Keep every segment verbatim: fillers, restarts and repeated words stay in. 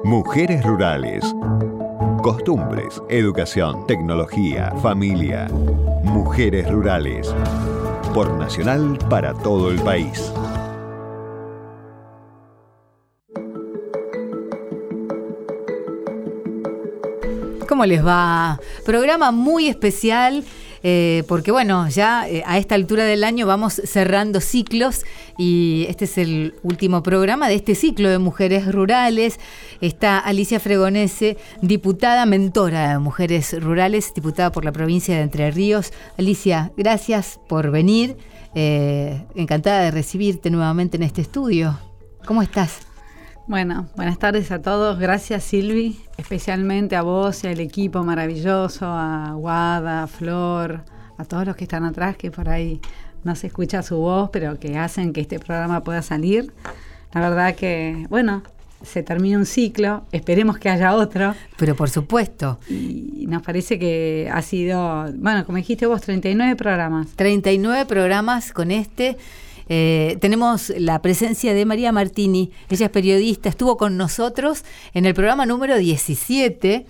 Mujeres rurales. Costumbres, educación, tecnología, familia. Mujeres rurales. Por Nacional para todo el país. ¿Cómo les va? Programa muy especial. Eh, porque bueno, ya eh, a esta altura del año vamos cerrando ciclos y este es el último programa de este ciclo de Mujeres Rurales. Está Alicia Fregonese, diputada, mentora de Mujeres Rurales, diputada por la provincia de Entre Ríos. Alicia, gracias por venir. Eh, encantada de recibirte nuevamente en este estudio. ¿Cómo estás? Bueno, buenas tardes a todos. Gracias, Silvi, especialmente a vos y al equipo maravilloso, a Guada, a Flor, a todos los que están atrás, que por ahí no se escucha su voz, pero que hacen que este programa pueda salir. La verdad que, bueno, se termina un ciclo, esperemos que haya otro. Pero por supuesto. Y nos parece que ha sido, bueno, como dijiste vos, treinta y nueve programas. treinta y nueve programas con este. Eh, tenemos la presencia de María Martini. Ella es periodista, estuvo con nosotros en el programa número diecisiete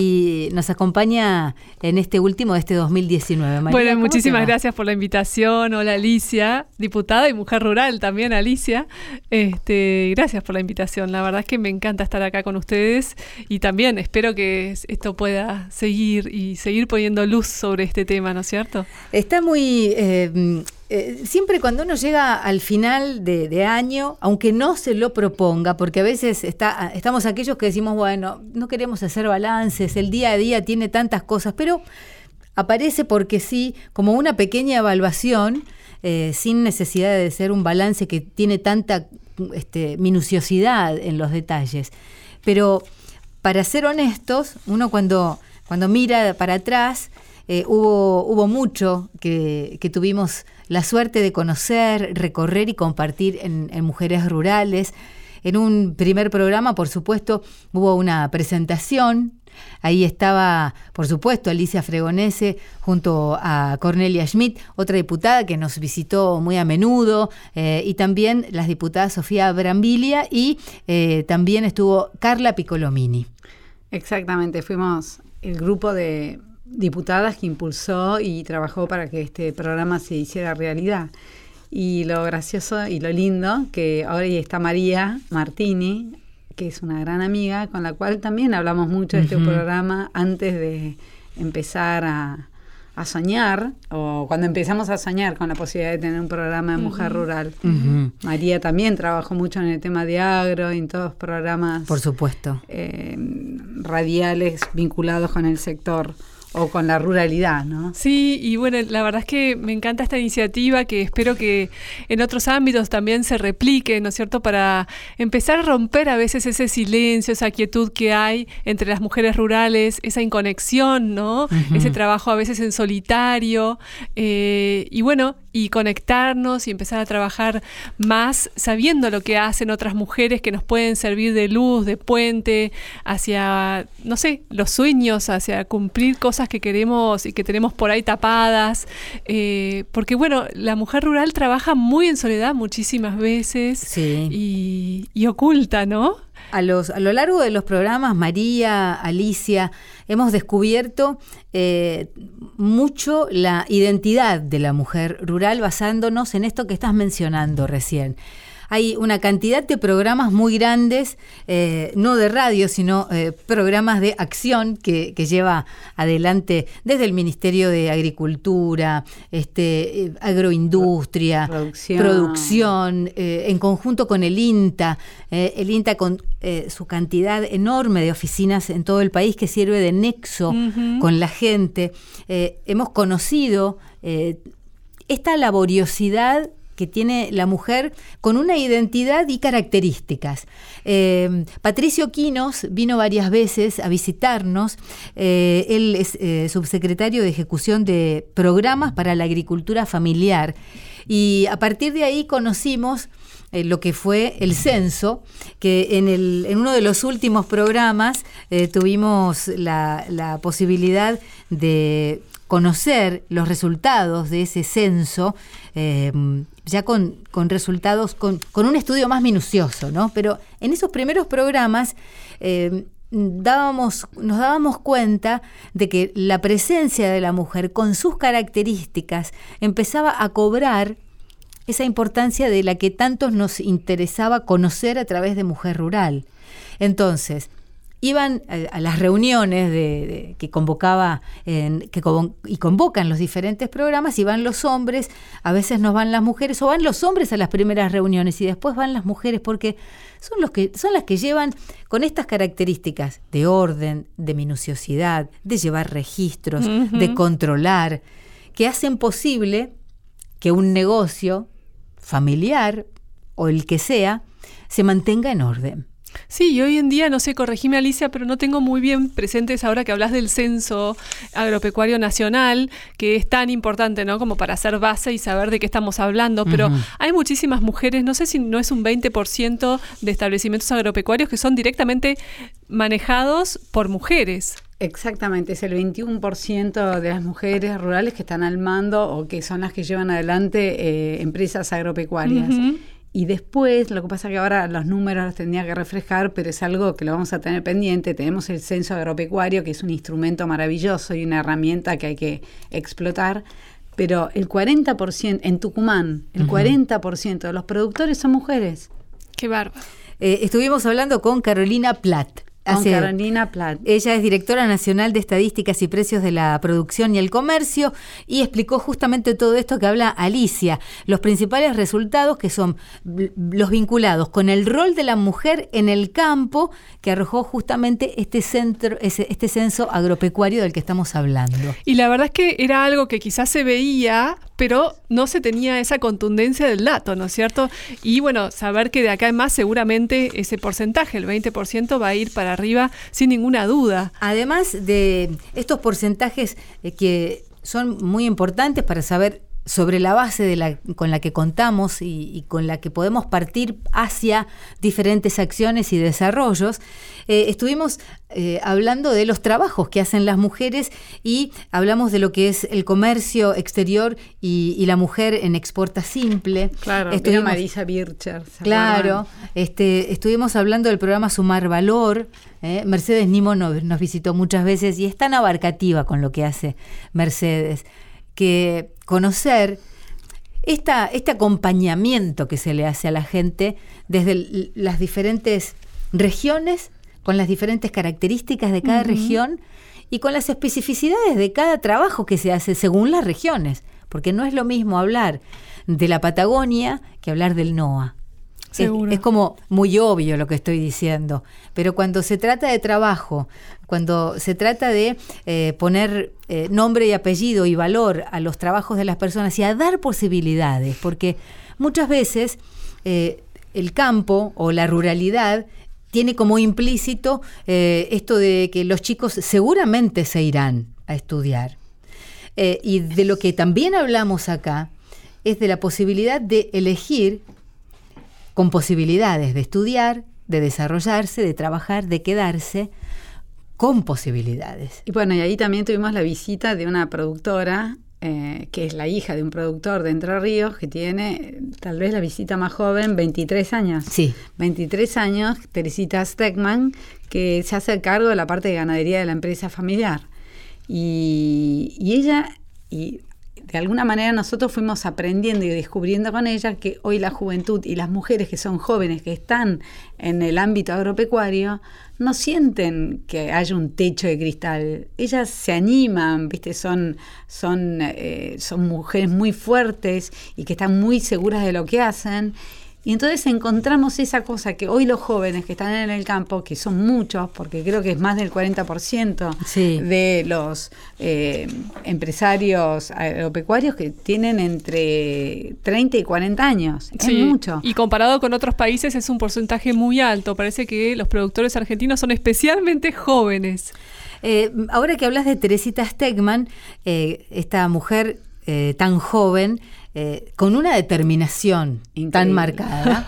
y nos acompaña en este último de este dos mil diecinueve. María, bueno, muchísimas gracias por la invitación. Hola, Alicia, diputada y mujer rural también, Alicia. Este, gracias por la invitación. La verdad es que me encanta estar acá con ustedes y también espero que esto pueda seguir y seguir poniendo luz sobre este tema, ¿no es cierto? Está muy... Eh, Eh, siempre cuando uno llega al final de, de año, aunque no se lo proponga, porque a veces está, estamos aquellos que decimos, bueno, no queremos hacer balances, el día a día tiene tantas cosas, pero aparece porque sí, como una pequeña evaluación, eh, sin necesidad de ser un balance que tiene tanta este, minuciosidad en los detalles. Pero para ser honestos, uno cuando, cuando mira para atrás, eh, hubo, hubo mucho que, que tuvimos la suerte de conocer, recorrer y compartir en, en Mujeres Rurales. En un primer programa, por supuesto, hubo una presentación. Ahí estaba, por supuesto, Alicia Fregonese junto a Cornelia Schmidt, otra diputada que nos visitó muy a menudo, eh, y también las diputadas Sofía Brambilia y eh, también estuvo Carla Piccolomini. Exactamente, fuimos el grupo de diputadas que impulsó y trabajó para que este programa se hiciera realidad. Y lo gracioso y lo lindo, que ahora está María Martini, que es una gran amiga, con la cual también hablamos mucho de este uh-huh. programa antes de empezar a, a soñar, o cuando empezamos a soñar con la posibilidad de tener un programa de mujer uh-huh. rural. Uh-huh. María también trabajó mucho en el tema de agro, en todos los programas, por supuesto, eh, radiales vinculados con el sector o con la ruralidad, ¿no? Sí, y bueno, la verdad es que me encanta esta iniciativa que espero que en otros ámbitos también se replique, ¿no es cierto?, para empezar a romper a veces ese silencio, esa quietud que hay entre las mujeres rurales, esa inconexión, ¿no? Uh-huh. Ese trabajo a veces en solitario, eh, y bueno, y conectarnos y empezar a trabajar más sabiendo lo que hacen otras mujeres que nos pueden servir de luz, de puente hacia, no sé, los sueños, hacia cumplir cosas que queremos y que tenemos por ahí tapadas, eh, porque bueno, la mujer rural trabaja muy en soledad muchísimas veces, sí. y, y oculta, ¿no? A, los, a lo largo de los programas, María, Alicia, hemos descubierto eh, mucho la identidad de la mujer rural basándonos en esto que estás mencionando recién. Hay una cantidad de programas muy grandes, eh, no de radio, sino eh, programas de acción que, que lleva adelante desde el Ministerio de Agricultura, este, eh, Agroindustria, Producción, producción eh, en conjunto con el INTA, eh, el INTA con eh, su cantidad enorme de oficinas en todo el país que sirve de nexo uh-huh. con la gente. Eh, hemos conocido eh, esta laboriosidad que tiene la mujer con una identidad y características. Eh, Patricio Quinos vino varias veces a visitarnos. Eh, él es eh, subsecretario de Ejecución de Programas para la Agricultura Familiar. Y a partir de ahí conocimos eh, lo que fue el censo, que en, el, en uno de los últimos programas eh, tuvimos la, la posibilidad de conocer los resultados de ese censo, eh, ya con, con resultados, con, con un estudio más minucioso, ¿no? Pero en esos primeros programas eh, dábamos, nos dábamos cuenta de que la presencia de la mujer con sus características empezaba a cobrar esa importancia de la que tantos nos interesaba conocer a través de Mujer Rural. Entonces, iban a, a las reuniones de, de, que convocaba en, que con, y convocan los diferentes programas, y van los hombres, a veces nos van las mujeres, o van los hombres a las primeras reuniones y después van las mujeres, porque son los que son las que llevan con estas características de orden, de minuciosidad, de llevar registros, uh-huh. de controlar, que hacen posible que un negocio familiar o el que sea se mantenga en orden. Sí, y hoy en día, no sé, corregime Alicia, pero no tengo muy bien presentes ahora que hablas del censo agropecuario nacional, que es tan importante, ¿no? Como para hacer base y saber de qué estamos hablando, pero uh-huh. hay muchísimas mujeres, no sé si no es un veinte por ciento de establecimientos agropecuarios que son directamente manejados por mujeres. Exactamente, es el veintiuno por ciento de las mujeres rurales que están al mando o que son las que llevan adelante eh, empresas agropecuarias. Uh-huh. Y después, lo que pasa es que ahora los números los tendría que reflejar, pero es algo que lo vamos a tener pendiente. Tenemos el censo agropecuario, que es un instrumento maravilloso y una herramienta que hay que explotar, pero el cuarenta por ciento, en Tucumán, el uh-huh. cuarenta por ciento de los productores son mujeres. ¡Qué bárbaro! Eh, estuvimos hablando con Carolina Platt. Con Hace, Carolina Platt. Ella es directora nacional de Estadísticas y Precios de la Producción y el Comercio, y explicó justamente todo esto que habla Alicia, los principales resultados que son los vinculados con el rol de la mujer en el campo, que arrojó justamente este centro, ese, este censo agropecuario del que estamos hablando. Y la verdad es que era algo que quizás se veía, pero no se tenía esa contundencia del dato, ¿no es cierto? Y bueno, saber que de acá en más seguramente ese porcentaje, el veinte por ciento, va a ir para arriba sin ninguna duda. Además de estos porcentajes eh, que son muy importantes para saber sobre la base de la, con la que contamos y, y con la que podemos partir hacia diferentes acciones y desarrollos, eh, estuvimos eh, hablando de los trabajos que hacen las mujeres y hablamos de lo que es el comercio exterior y, y la mujer en Exporta Simple. Claro, estuvimos, Marisa Bircher. Claro, este, estuvimos hablando del programa Sumar Valor. Eh, Mercedes Nimo nos, nos visitó muchas veces y es tan abarcativa con lo que hace Mercedes, que conocer esta, este acompañamiento que se le hace a la gente desde el, las diferentes regiones, con las diferentes características de cada uh-huh. región y con las especificidades de cada trabajo que se hace según las regiones, porque no es lo mismo hablar de la Patagonia que hablar del NOA. Es, es como muy obvio lo que estoy diciendo, pero cuando se trata de trabajo, cuando se trata de eh, poner eh, nombre y apellido y valor a los trabajos de las personas y a dar posibilidades, porque muchas veces eh, el campo o la ruralidad tiene como implícito eh, esto de que los chicos seguramente se irán a estudiar. Eh, y de lo que también hablamos acá es de la posibilidad de elegir con posibilidades de estudiar, de desarrollarse, de trabajar, de quedarse, con posibilidades. Y bueno, y ahí también tuvimos la visita de una productora, eh, que es la hija de un productor de Entre Ríos, que tiene tal vez la visita más joven, veintitrés años. Sí. veintitrés años, Teresita Stegman, que se hace cargo de la parte de ganadería de la empresa familiar. Y, y ella... y de alguna manera nosotros fuimos aprendiendo y descubriendo con ella que hoy la juventud y las mujeres que son jóvenes, que están en el ámbito agropecuario, no sienten que haya un techo de cristal. Ellas se animan, ¿viste? Son, son, eh, son mujeres muy fuertes y que están muy seguras de lo que hacen. Y entonces encontramos esa cosa que hoy los jóvenes que están en el campo, que son muchos, porque creo que es más del cuarenta por ciento sí. de los eh, empresarios agropecuarios que tienen entre treinta y cuarenta años. Sí. Es mucho. Y comparado con otros países es un porcentaje muy alto. Parece que los productores argentinos son especialmente jóvenes. Eh, ahora que hablas de Teresita Stegman, eh, esta mujer eh, tan joven, Eh, con una determinación increíble, tan marcada,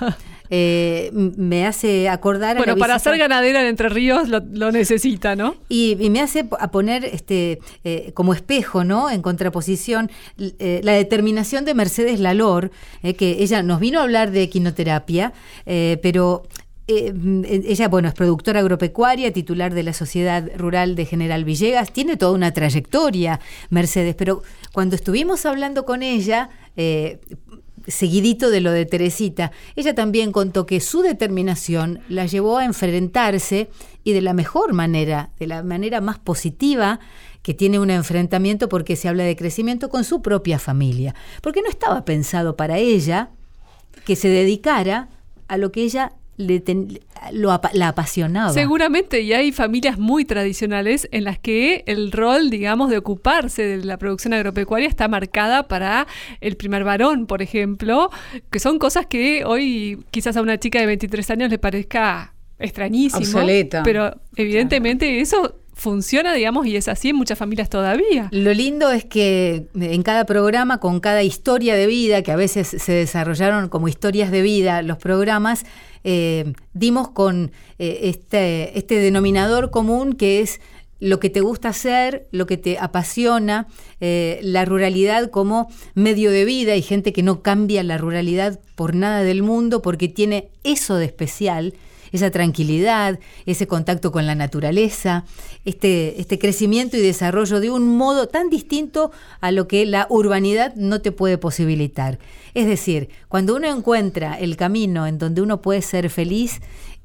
eh, me hace acordar... Bueno, a la para visita, ser ganadera en Entre Ríos lo, lo necesita, ¿no? Y, y me hace a poner este eh, como espejo, ¿no? En contraposición, eh, la determinación de Mercedes Lalor, eh, que ella nos vino a hablar de equinoterapia, eh, pero... Eh, ella, bueno, es productora agropecuaria, titular de la Sociedad Rural de General Villegas, tiene toda una trayectoria, Mercedes, pero cuando estuvimos hablando con ella, eh, seguidito de lo de Teresita, ella también contó que su determinación la llevó a enfrentarse, y de la mejor manera, de la manera más positiva, que tiene un enfrentamiento, porque se habla de crecimiento, con su propia familia, porque no estaba pensado para ella que se dedicara a lo que ella Le ten, lo, la apasionaba. Seguramente, y hay familias muy tradicionales en las que el rol, digamos, de ocuparse de la producción agropecuaria está marcada para el primer varón, por ejemplo, que son cosas que hoy quizás a una chica de veintitrés años le parezca extrañísimo. Obsoleta. Pero evidentemente claro. Eso funciona, digamos, y es así en muchas familias todavía. Lo lindo es que en cada programa, con cada historia de vida, que a veces se desarrollaron como historias de vida los programas, eh, dimos con eh, este, este denominador común, que es lo que te gusta hacer, lo que te apasiona, eh, la ruralidad como medio de vida. Hay gente que no cambia la ruralidad por nada del mundo, porque tiene eso de especial, esa tranquilidad, ese contacto con la naturaleza, este, este crecimiento y desarrollo de un modo tan distinto a lo que la urbanidad no te puede posibilitar. Es decir, cuando uno encuentra el camino en donde uno puede ser feliz,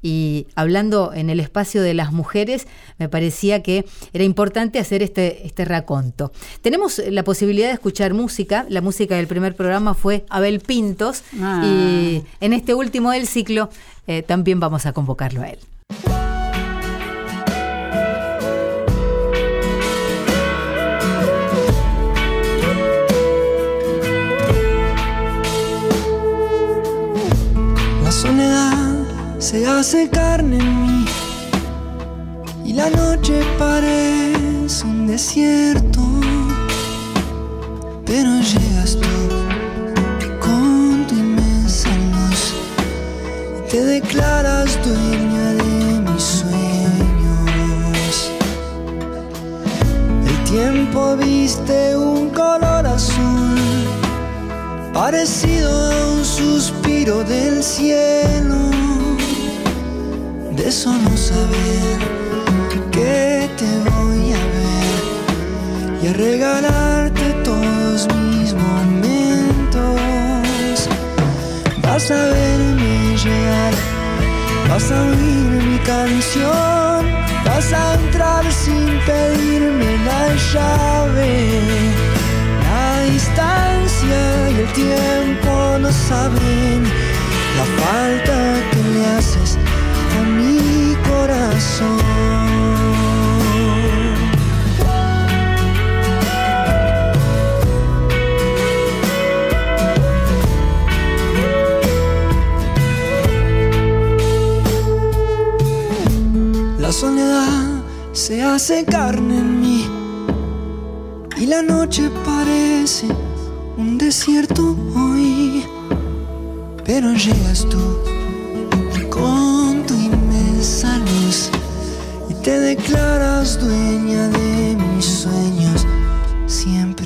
y hablando en el espacio de las mujeres, me parecía que era importante hacer este, este raconto. Tenemos la posibilidad de escuchar música. La música del primer programa fue Abel Pintos, ah. y en este último del ciclo eh, también vamos a convocarlo a él. La soledad se hace carne en mí y la noche parece un desierto, pero llegas tú con tu inmensa luz y te declaras dueña de mis sueños. El tiempo viste un color azul parecido a un suspiro del cielo. De solo saber que te voy a ver y a regalarte todos mis momentos. Vas a verme llegar, vas a oír mi canción, vas a entrar sin pedirme la llave. La distancia y el tiempo no saben la falta que le haces a mi corazón. La soledad se hace carne en mí y la noche parece un desierto hoy, pero llegas tú con tu inmensa luz y te declaras dueña de mis sueños siempre.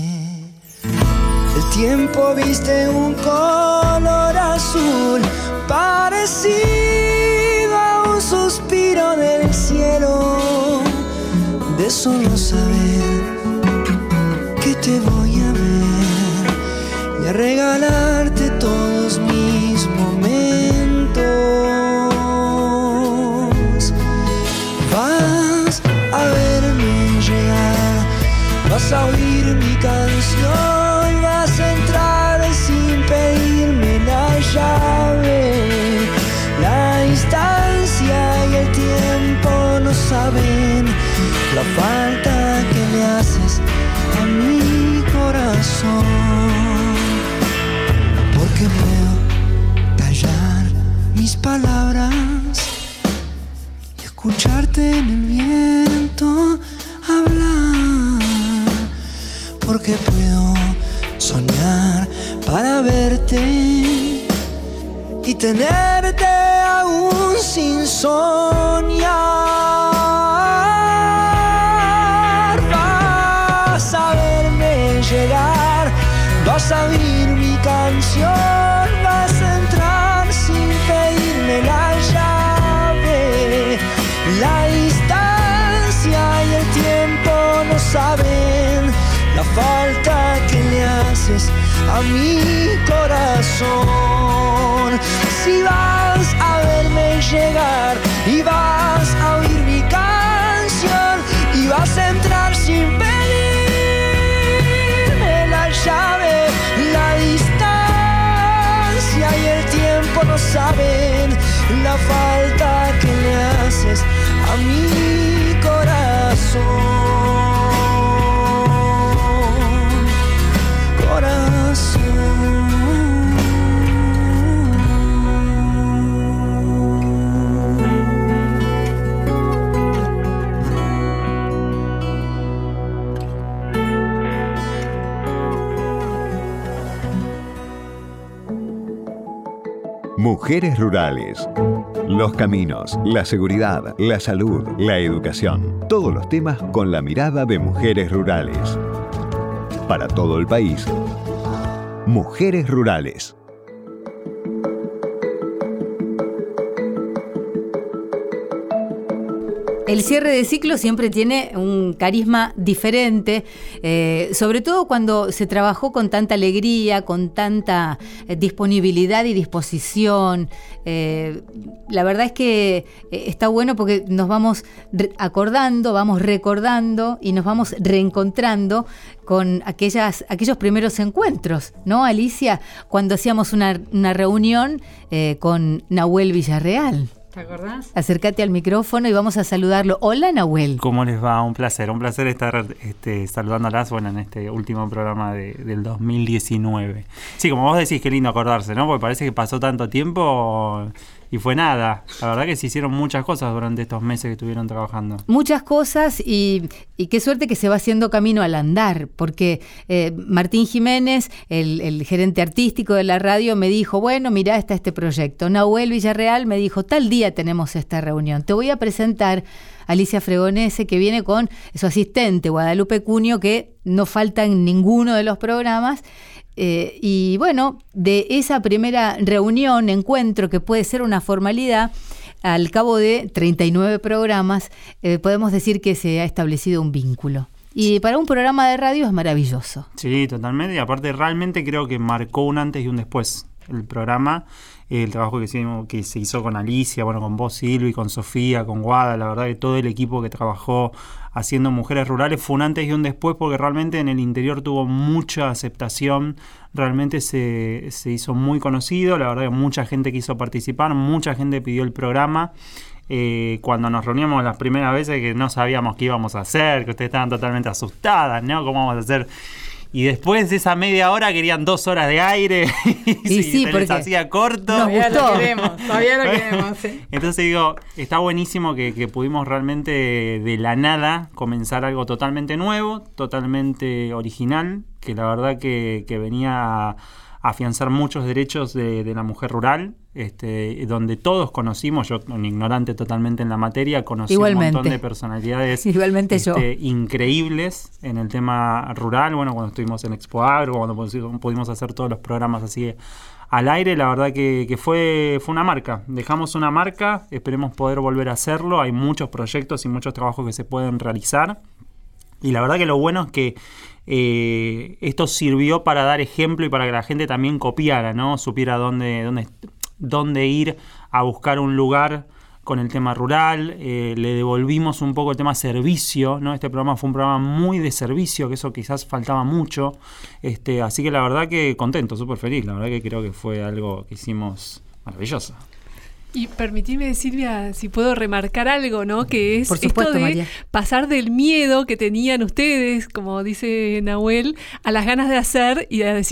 El tiempo viste un color azul parecido a un suspiro del cielo. De solo saber que te voy a ver y a regalarte todos mis momentos. Vas a verme llegar, vas a oír mi canción, vas a entrar sin pedirme la llave. La distancia y el tiempo no saben la falta que le haces a mi corazón. Porque puedo callar mis palabras y escucharte en el viento hablar. Porque puedo soñar para verte y tenerte aún sin soñar. Vas a verme llegar, vas a oír mi canción, vas a entrar sin pedirme la llave. La distancia y el tiempo no saben la falta que le haces a mi corazón. Si vas a verme llegar y vas a oír mi canción y vas a entrar sin pedirme la llave, la distancia y el tiempo no saben la falta que le haces a mi corazón. Mujeres Rurales. Los caminos, la seguridad, la salud, la educación. Todos los temas con la mirada de Mujeres Rurales. Para todo el país. Mujeres Rurales. El cierre de ciclo siempre tiene un carisma diferente, eh, sobre todo cuando se trabajó con tanta alegría, con tanta eh, disponibilidad y disposición. Eh, la verdad es que eh, está bueno porque nos vamos acordando, vamos recordando y nos vamos reencontrando con aquellas, aquellos primeros encuentros, ¿no, Alicia? Cuando hacíamos una, una reunión eh, con Nahuel Villarreal. ¿Te acordás? Acércate al micrófono y vamos a saludarlo. Hola, Nahuel. ¿Cómo les va? Un placer, un placer estar este, saludándolas, bueno, en este último programa de, del dos mil diecinueve. Sí, como vos decís, qué lindo acordarse, ¿no? Porque parece que pasó tanto tiempo y fue nada. La verdad que se hicieron muchas cosas durante estos meses que estuvieron trabajando. Muchas cosas y, y qué suerte que se va haciendo camino al andar, porque eh, Martín Jiménez, el, el gerente artístico de la radio, me dijo, bueno, mirá, está este proyecto. Nahuel Villarreal me dijo, tal día tenemos esta reunión. Te voy a presentar a Alicia Fregonese, que viene con su asistente, Guadalupe Cunio, que no falta en ninguno de los programas. Eh, y bueno, de esa primera reunión, encuentro, que puede ser una formalidad, al cabo de treinta y nueve programas, eh, podemos decir que se ha establecido un vínculo. Y para un programa de radio es maravilloso. Sí, totalmente. Y aparte realmente creo que marcó un antes y un después el programa. El trabajo que se, que se hizo con Alicia, bueno, con vos, Silvi, con Sofía, con Guada, la verdad que todo el equipo que trabajó haciendo Mujeres Rurales fue un antes y un después, porque realmente en el interior tuvo mucha aceptación, realmente se, se hizo muy conocido, la verdad que mucha gente quiso participar, mucha gente pidió el programa. Eh, cuando nos reuníamos las primeras veces que no sabíamos qué íbamos a hacer, que ustedes estaban totalmente asustadas, ¿no? ¿Cómo vamos a hacer? Y después de esa media hora querían dos horas de aire y, y sí, se les hacía corto. Todavía lo queremos, todavía lo queremos. ¿Sí? Entonces digo, está buenísimo que, que pudimos realmente de la nada comenzar algo totalmente nuevo, totalmente original, que la verdad que, que venía a afianzar muchos derechos de, de la mujer rural, este, donde todos conocimos, yo un ignorante totalmente en la materia, conocí Igualmente. un montón de personalidades Igualmente este, yo. increíbles en el tema rural. Bueno, cuando estuvimos en Expo Agro, cuando pudimos hacer todos los programas así al aire, la verdad que, que fue, fue una marca. Dejamos una marca, esperemos poder volver a hacerlo. Hay muchos proyectos y muchos trabajos que se pueden realizar. Y la verdad que lo bueno es que eh, esto sirvió para dar ejemplo y para que la gente también copiara, ¿no? Supiera dónde, dónde, dónde ir a buscar un lugar con el tema rural. Eh, le devolvimos un poco el tema servicio, ¿no? Este programa fue un programa muy de servicio, que eso quizás faltaba mucho. Este, así que la verdad que contento, súper feliz. La verdad que creo que fue algo que hicimos maravilloso. Y permitime, Silvia, si puedo remarcar algo, ¿no? Que es Por supuesto, esto de María. pasar del miedo que tenían ustedes, como dice Nahuel, a las ganas de hacer y a decir,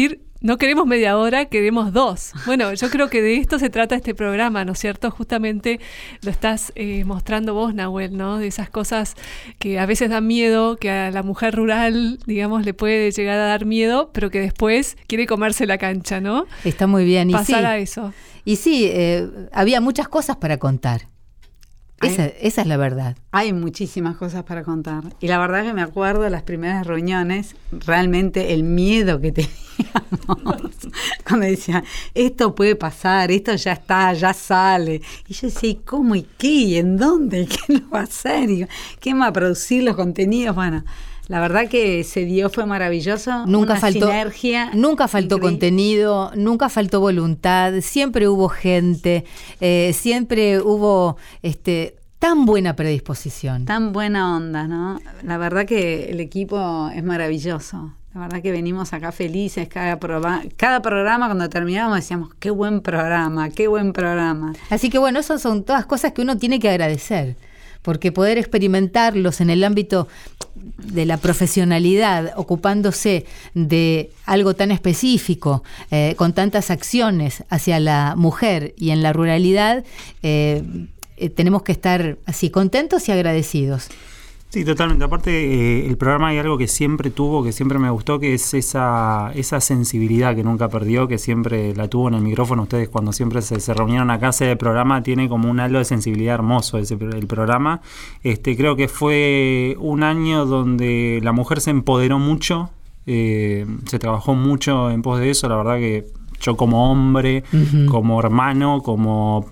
no queremos media hora, queremos dos. Bueno, yo creo que de esto se trata este programa, ¿no es cierto? Justamente lo estás eh, mostrando vos, Nahuel, ¿no? De esas cosas que a veces dan miedo, que a la mujer rural, digamos, le puede llegar a dar miedo, pero que después quiere comerse la cancha, ¿no? Está muy bien. Y Pasar sí, a eso. Y sí, eh, había muchas cosas para contar. Esa, Hay- esa es la verdad. Hay muchísimas cosas para contar. Y la verdad que me acuerdo de las primeras reuniones, realmente el miedo que teníamos. Cuando decían, esto puede pasar, esto ya está, ya sale. Y yo decía, ¿y cómo? ¿Y qué? ¿Y en dónde? ¿Y quién lo va a hacer? ¿Y ¿quién va a producir los contenidos? Bueno, la verdad que se dio, fue maravilloso. Nunca una faltó, sinergia nunca faltó increíble. contenido, nunca faltó voluntad, siempre hubo gente, eh, siempre hubo este tan buena predisposición. Tan buena onda, ¿no? La verdad que el equipo es maravilloso. La verdad que venimos acá felices. Cada, programa, cada programa cuando terminábamos decíamos, qué buen programa, qué buen programa. Así que bueno, esas son todas cosas que uno tiene que agradecer, porque poder experimentarlos en el ámbito de la profesionalidad, ocupándose de algo tan específico, eh, con tantas acciones hacia la mujer y en la ruralidad, eh, eh, tenemos que estar así contentos y agradecidos. Sí, totalmente. Aparte, eh, el programa hay algo que siempre tuvo, que siempre me gustó, que es esa esa sensibilidad que nunca perdió, que siempre la tuvo en el micrófono. Ustedes cuando siempre se, se reunieron acá, ese programa tiene como un halo de sensibilidad hermoso, ese, el programa. Este, creo que fue un año donde la mujer se empoderó mucho, eh, se trabajó mucho en pos de eso. La verdad que yo como hombre, uh-huh. como hermano, como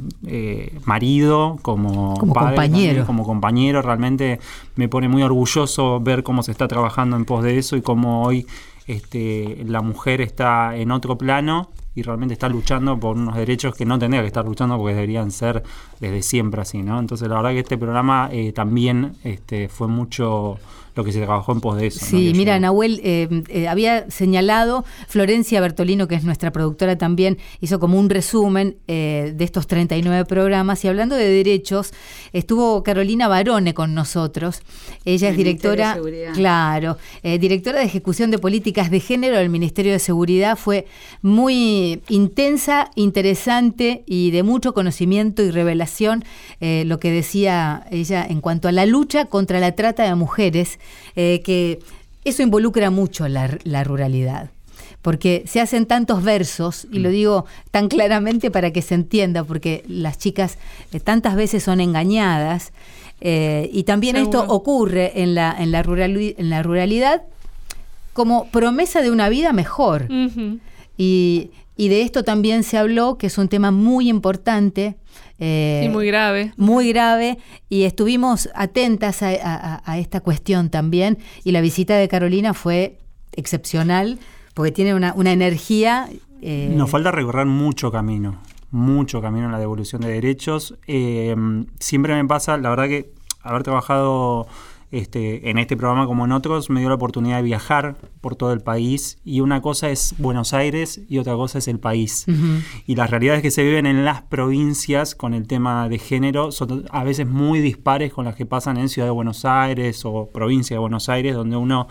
eh, marido, como, como padre, compañero. También, como compañero, realmente me pone muy orgulloso ver cómo se está trabajando en pos de eso y cómo hoy este, la mujer está en otro plano y realmente está luchando por unos derechos que no tendría que estar luchando porque deberían ser desde siempre así, ¿no? Entonces la verdad que este programa eh, también este, fue mucho lo que se trabajó en pos de eso. Sí, ¿no? mira, yo... Nahuel, eh, eh, había señalado, Florencia Bertolino, que es nuestra productora también, hizo como un resumen eh, de estos treinta y nueve programas, y hablando de derechos, estuvo Carolina Barone con nosotros. Ella es directora, claro, eh, directora de Ejecución de Políticas de Género del Ministerio de Seguridad. Fue muy intensa, interesante y de mucho conocimiento y revelación eh, lo que decía ella en cuanto a la lucha contra la trata de mujeres. Eh, que eso involucra mucho la, la ruralidad, porque se hacen tantos versos, y lo digo tan claramente para que se entienda, porque las chicas eh, tantas veces son engañadas, eh, y también Seguro. Esto ocurre en la, en, la rural, en la ruralidad como promesa de una vida mejor. Uh-huh. y, y de esto también se habló, que es un tema muy importante, Eh, y muy grave. Muy grave, y estuvimos atentas a, a, a esta cuestión también, y la visita de Carolina fue excepcional, porque tiene una, una energía... Eh... Nos falta recorrer mucho camino, mucho camino en la devolución de derechos. Eh, siempre me pasa, la verdad que haber trabajado... Este, en este programa como en otros me dio la oportunidad de viajar por todo el país, y una cosa es Buenos Aires y otra cosa es el país. Uh-huh. Y las realidades que se viven en las provincias con el tema de género son a veces muy dispares con las que pasan en Ciudad de Buenos Aires o provincia de Buenos Aires, donde uno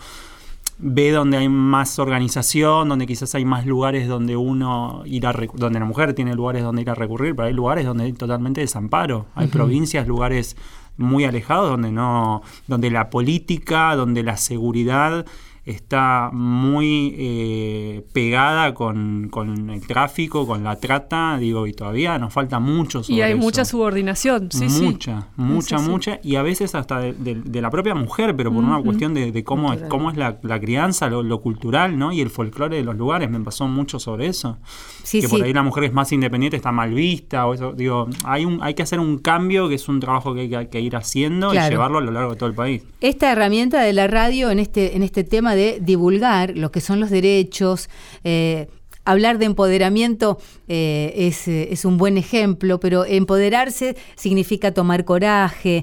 ve donde hay más organización, donde quizás hay más lugares donde uno ir a recu- donde la mujer tiene lugares donde ir a recurrir, pero hay lugares donde hay totalmente desamparo. Hay uh-huh. provincias, lugares muy alejados donde no, donde la política, donde la seguridad está muy eh, pegada con, con el tráfico, con la trata, digo, y todavía nos falta mucho sobre Y hay eso. mucha subordinación, sí, mucha, sí. mucha, sí, mucha, sí. y a veces hasta de, de, de la propia mujer, pero por uh-huh. una cuestión de, de cómo es, cómo es la, la crianza, lo, lo cultural, ¿no? Y el folclore de los lugares, me pasó mucho sobre eso. Sí, que sí. por ahí la mujer es más independiente, está mal vista, o eso, digo, hay un, hay que hacer un cambio que es un trabajo que hay que, hay que ir haciendo claro. y llevarlo a lo largo de todo el país. Esta herramienta de la radio en este, en este tema de divulgar lo que son los derechos, eh, hablar de empoderamiento eh, es, es un buen ejemplo, pero empoderarse significa tomar coraje,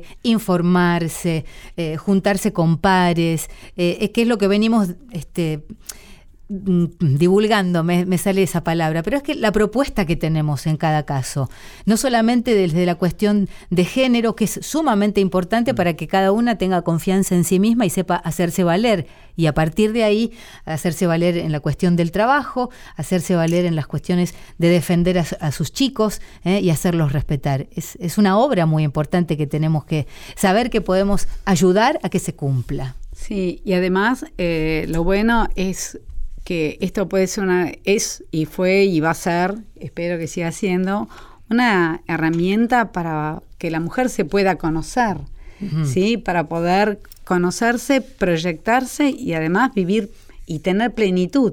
informarse, eh, juntarse con pares, eh, que es lo que venimos este, divulgando, me, me sale esa palabra, pero es que la propuesta que tenemos en cada caso, no solamente desde la cuestión de género, que es sumamente importante para que cada una tenga confianza en sí misma y sepa hacerse valer, y a partir de ahí hacerse valer en la cuestión del trabajo, hacerse valer en las cuestiones de defender a, a sus chicos ¿eh? y hacerlos respetar. Es, es una obra muy importante que tenemos que saber que podemos ayudar a que se cumpla. Sí, y además eh, lo bueno es que esto puede ser una, es y fue y va a ser, espero que siga siendo, una herramienta para que la mujer se pueda conocer, uh-huh. ¿sí? Para poder conocerse, proyectarse y además vivir y tener plenitud.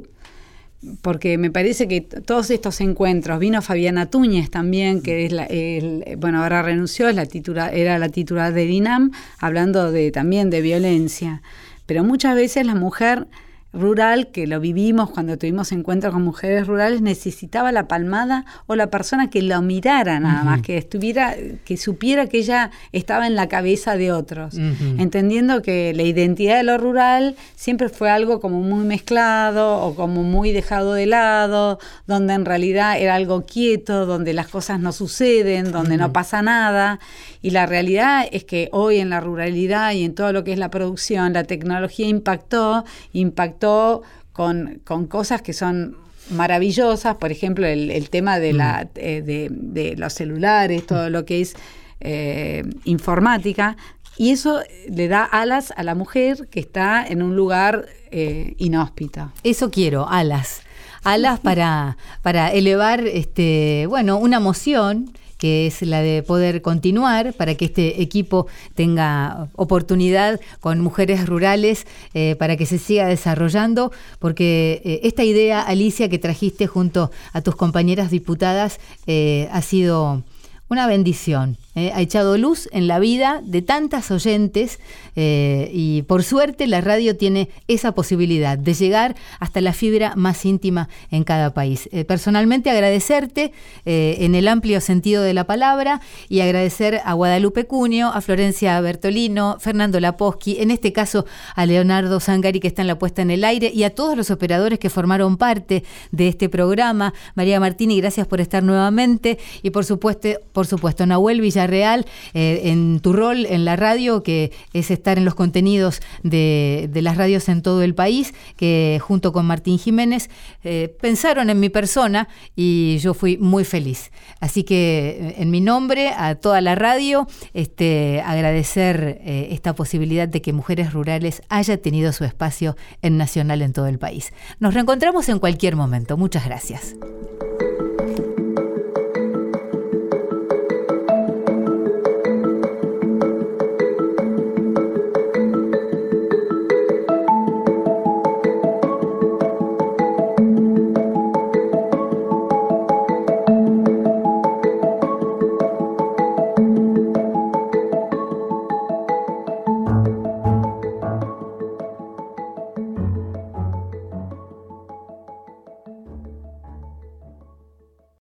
Porque me parece que t- todos estos encuentros, vino Fabiana Túñez también, que es la, el, bueno, ahora renunció, es la titula, era la titular de DINAM, hablando de también de violencia. Pero muchas veces la mujer rural, que lo vivimos cuando tuvimos encuentros con mujeres rurales, necesitaba la palmada o la persona que lo mirara nada uh-huh. más, que estuviera, que supiera que ella estaba en la cabeza de otros, uh-huh. entendiendo que la identidad de lo rural siempre fue algo como muy mezclado o como muy dejado de lado, donde en realidad era algo quieto, donde las cosas no suceden, donde uh-huh. no pasa nada, y la realidad es que hoy en la ruralidad y en todo lo que es la producción, la tecnología impactó, impactó Con, con cosas que son maravillosas, por ejemplo, el, el tema de, la, eh, de, de los celulares, todo lo que es eh, informática, y eso le da alas a la mujer que está en un lugar eh, inhóspito. Eso quiero, alas. Alas para, para elevar este, bueno, una emoción, que es la de poder continuar para que este equipo tenga oportunidad con mujeres rurales, eh, para que se siga desarrollando, porque eh, esta idea, Alicia, que trajiste junto a tus compañeras diputadas, eh, ha sido una bendición. Eh, ha echado luz en la vida de tantas oyentes eh, y por suerte la radio tiene esa posibilidad de llegar hasta la fibra más íntima en cada país. Eh, personalmente agradecerte eh, en el amplio sentido de la palabra y agradecer a Guadalupe Cunio, a Florencia Bertolino, Fernando Laposky, en este caso a Leonardo Zangari, que está en la puesta en el aire, y a todos los operadores que formaron parte de este programa. María Martini, gracias por estar nuevamente, y por supuesto, por supuesto Nahuel Villarreal, eh, en tu rol en la radio, que es estar en los contenidos de, de las radios en todo el país, que junto con Martín Jiménez eh, pensaron en mi persona y yo fui muy feliz. Así que en mi nombre, a toda la radio, este, agradecer eh, esta posibilidad de que Mujeres Rurales haya tenido su espacio en Nacional en todo el país. Nos reencontramos en cualquier momento. Muchas gracias.